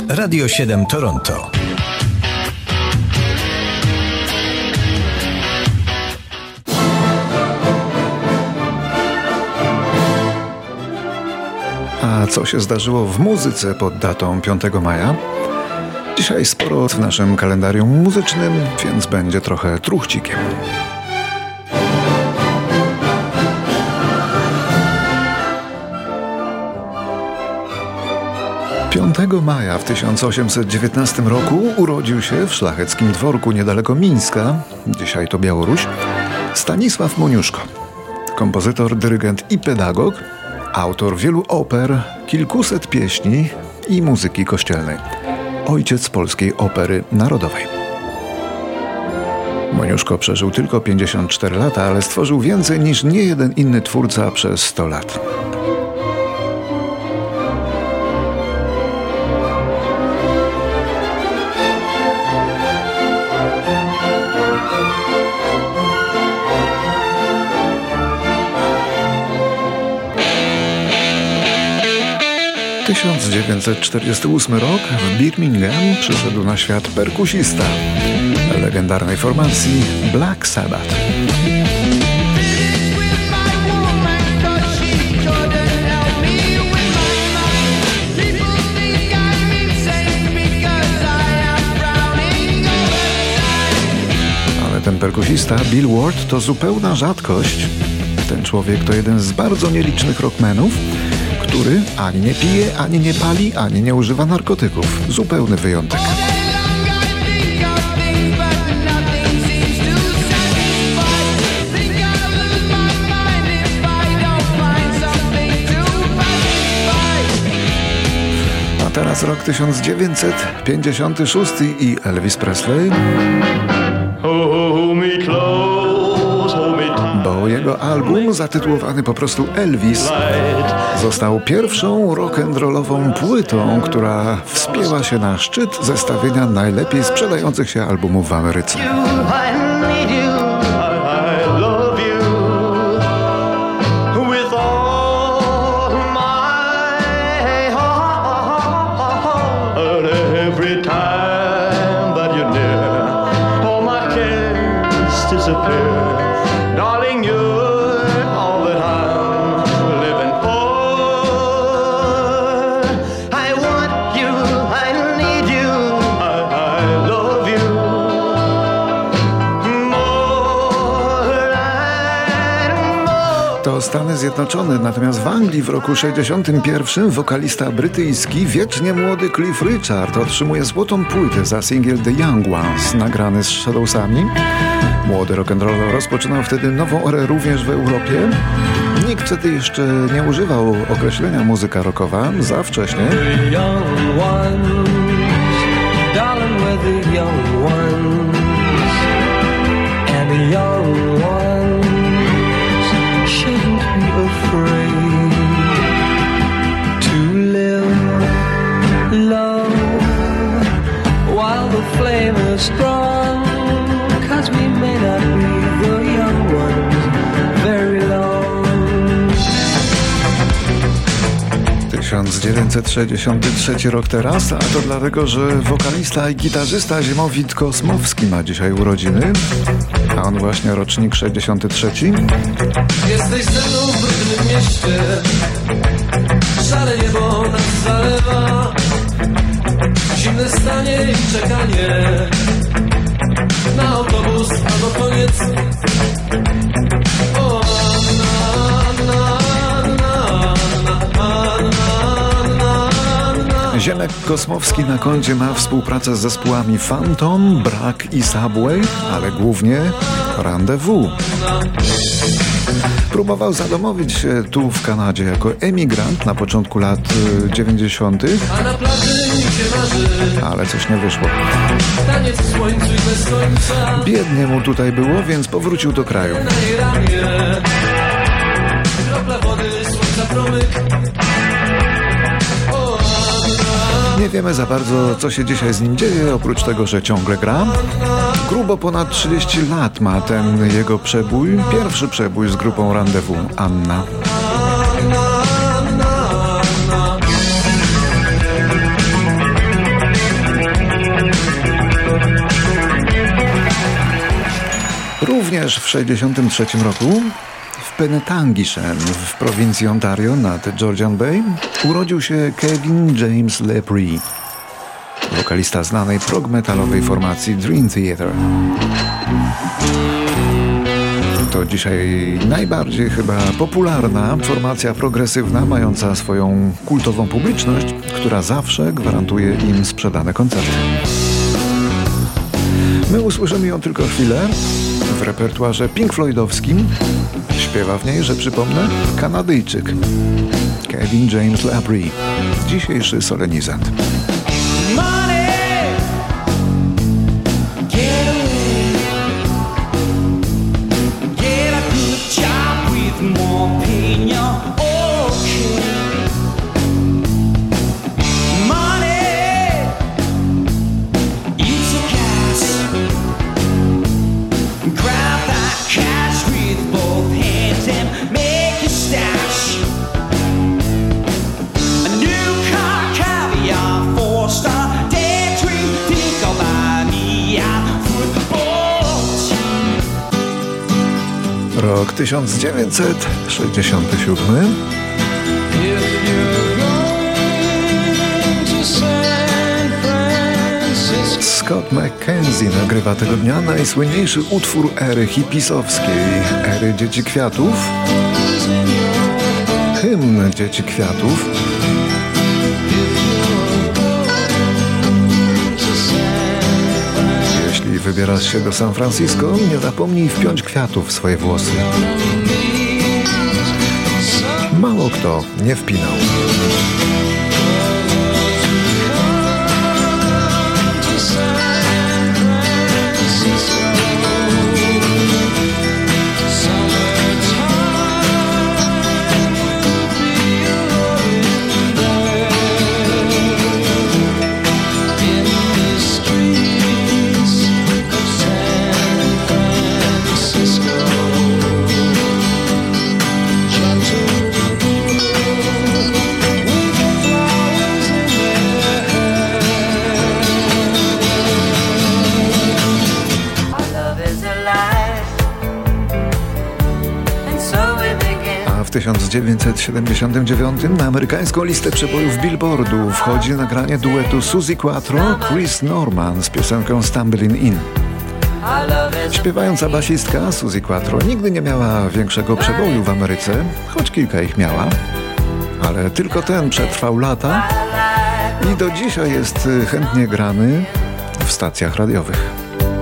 Radio 7 Toronto. A co się zdarzyło w muzyce pod datą 5 maja? Dzisiaj sporo w naszym kalendarium muzycznym, więc będzie trochę truchcikiem. Piątego maja w 1819 roku urodził się w szlacheckim dworku niedaleko Mińska, dzisiaj to Białoruś, Stanisław Moniuszko. Kompozytor, dyrygent i pedagog, autor wielu oper, kilkuset pieśni i muzyki kościelnej. Ojciec polskiej opery narodowej. Moniuszko przeżył tylko 54 lata, ale stworzył więcej niż niejeden inny twórca przez 100 lat. W 1948 rok w Birmingham przyszedł na świat perkusista legendarnej formacji Black Sabbath. Ale ten perkusista Bill Ward to zupełna rzadkość. Ten człowiek to jeden z bardzo nielicznych rockmenów, który ani nie pije, ani nie pali, ani nie używa narkotyków. Zupełny wyjątek. A teraz rok 1956 i Elvis Presley. Bo jego album, zatytułowany po prostu Elvis, został pierwszą rock'n'rollową płytą, która wspięła się na szczyt zestawienia najlepiej sprzedających się albumów w Ameryce. To Stany Zjednoczone, natomiast w Anglii w roku 61 wokalista brytyjski, wiecznie młody Cliff Richard otrzymuje złotą płytę za singiel The Young Ones, nagrany z Shadowsami. Młody rock'n'roll rozpoczynał wtedy nową erę również w Europie. Nikt wtedy jeszcze nie używał określenia muzyka rockowa, za wcześnie. Strong, 'cause we may not be the young ones very long. 1963 rok teraz, a to dlatego, że wokalista i gitarzysta Ziemowit Kosmowski ma dzisiaj urodziny, a on właśnie rocznik 63. Jesteś ze mną w brudnym mieście, szare niebo nas zalewa, zimne stanie i czekanie na autobus albo koniec. O, Ziemek Kosmowski na koncie ma współpracę z zespołami Phantom, Brak i Subway, ale głównie Rendezvous. Próbował zadomowić się tu w Kanadzie jako emigrant na początku lat 90., ale coś nie wyszło. Biednie mu tutaj było, więc powrócił do kraju. Nie wiemy za bardzo, co się dzisiaj z nim dzieje, oprócz tego, że ciągle gra. Grubo ponad 30 lat ma ten jego przebój, pierwszy przebój z grupą Rendezvous, Anna. Również w 1963 roku w Penetanguishene w prowincji Ontario nad Georgian Bay urodził się Kevin James LaPree, wokalista znanej prog-metalowej formacji Dream Theater. To dzisiaj najbardziej chyba popularna formacja progresywna, mająca swoją kultową publiczność, która zawsze gwarantuje im sprzedane koncerty. My usłyszymy ją tylko chwilę w repertuarze Pink Floydowskim. Śpiewa w niej, że przypomnę, Kanadyjczyk Kevin James LaPree. Dzisiejszy solenizant. Rok 1967. Scott McKenzie nagrywa tego dnia najsłynniejszy utwór ery hipisowskiej, ery Dzieci Kwiatów. Hymn Dzieci Kwiatów. Jeśli wybierasz się do San Francisco, nie zapomnij wpiąć kwiatów w swoje włosy. Mało kto nie wpinał. W 1979 na amerykańską listę przebojów Billboardu wchodzi nagranie duetu Suzi Quatro, Chris Norman z piosenką Stumbling In. Śpiewająca basistka Suzi Quatro nigdy nie miała większego przeboju w Ameryce, choć kilka ich miała, ale tylko ten przetrwał lata i do dzisiaj jest chętnie grany w stacjach radiowych.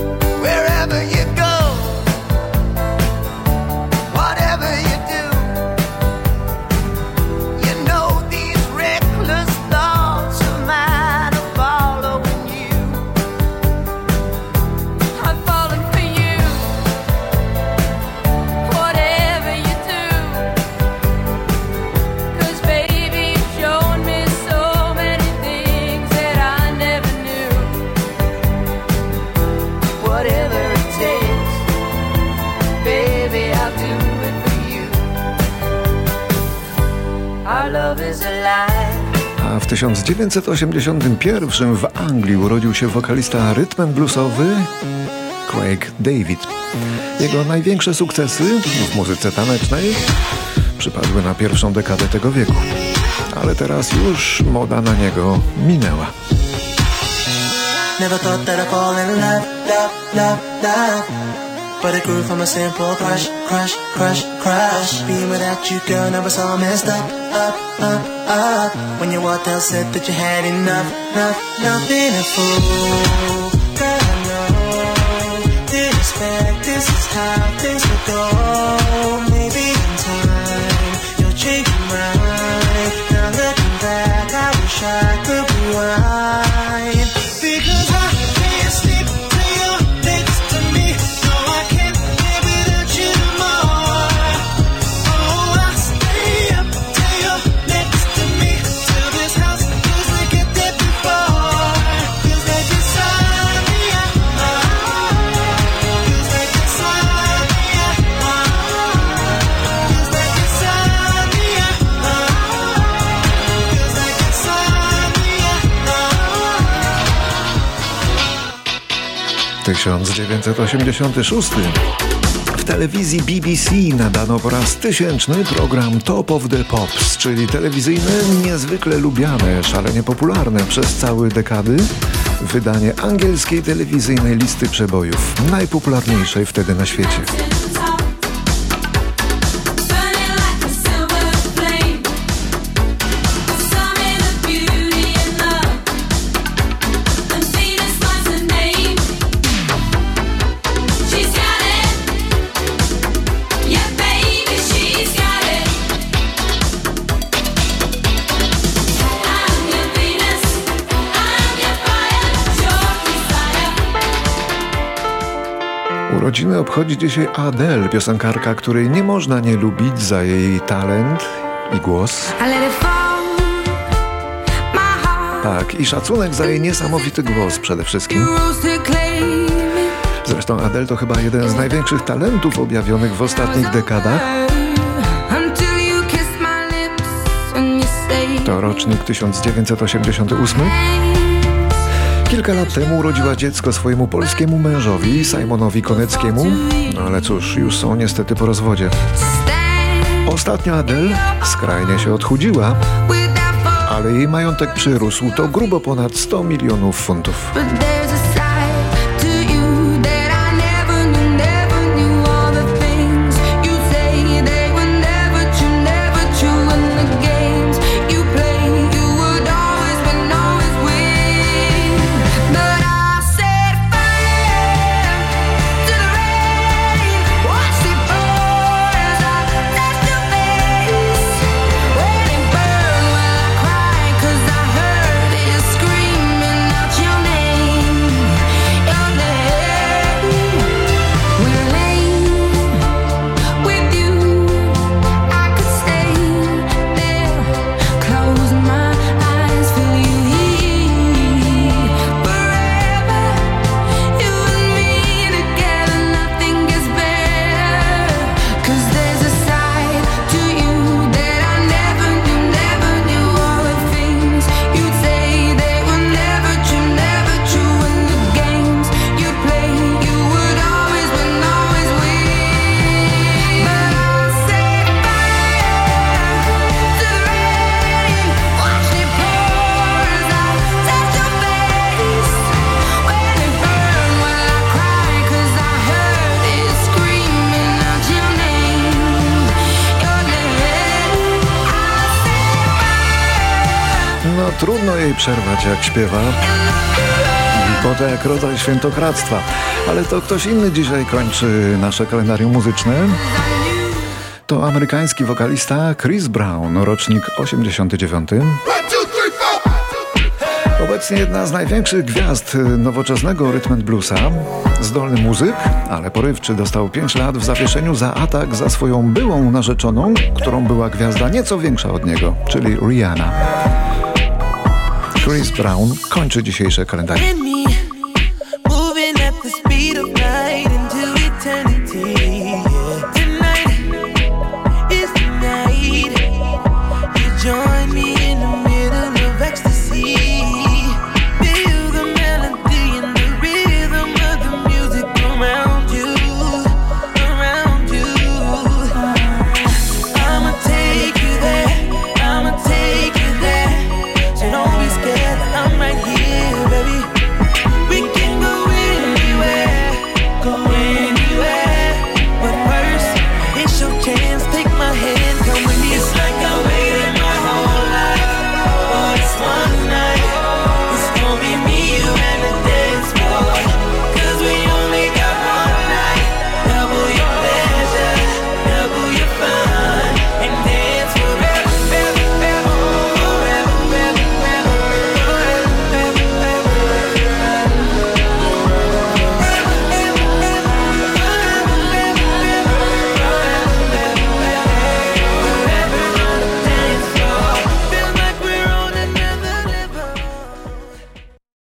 A w 1981 w Anglii urodził się wokalista rytm and bluesowy Craig David. Jego największe sukcesy w muzyce tanecznej przypadły na pierwszą dekadę tego wieku. Ale teraz już moda na niego minęła. Never thought that I'd fall in love, love, love, love. But it grew from a simple crush, crush, crush, crush. Being without you, girl, never saw messed up, up, up, up. When you walked out, said that you had enough, enough, nothing a fool. Girl, I know, didn't expect this is how things would go. Maybe in time, you'll change your mind. Now looking back, I wish I could rewind. Because I can't sleep till you're next to me. No, I can't live without you no more. Oh, I stay up till you're next to me. Till this house feels like it did before. Feels like inside me, feels like inside me, feels like inside me, feels like inside me. 1986. telewizji BBC nadano po raz 1000 program Top of the Pops, czyli telewizyjne, niezwykle lubiane, szalenie popularne przez całe dekady wydanie angielskiej telewizyjnej listy przebojów, najpopularniejszej wtedy na świecie. Urodziny obchodzi dzisiaj Adele, piosenkarka, której nie można nie lubić za jej talent i głos. Tak, i szacunek za jej niesamowity głos przede wszystkim. Zresztą Adele to chyba jeden z największych talentów objawionych w ostatnich dekadach. To rocznik 1988. Kilka lat temu urodziła dziecko swojemu polskiemu mężowi, Simonowi Koneckiemu, no ale cóż, już są niestety po rozwodzie. Ostatnio Adele skrajnie się odchudziła, ale jej majątek przyrósł to grubo ponad 100 milionów funtów. No trudno jej przerwać, jak śpiewa. Głupota jak rodzaj świętokradztwa. Ale to ktoś inny dzisiaj kończy nasze kalendarium muzyczne. To amerykański wokalista Chris Brown, rocznik 89. Obecnie jedna z największych gwiazd nowoczesnego rhythm and bluesa. Zdolny muzyk, ale porywczy, dostał 5 lat w zawieszeniu za atak za swoją byłą narzeczoną, którą była gwiazda nieco większa od niego, czyli Rihanna. Chris Brown kończy dzisiejsze kalendarium.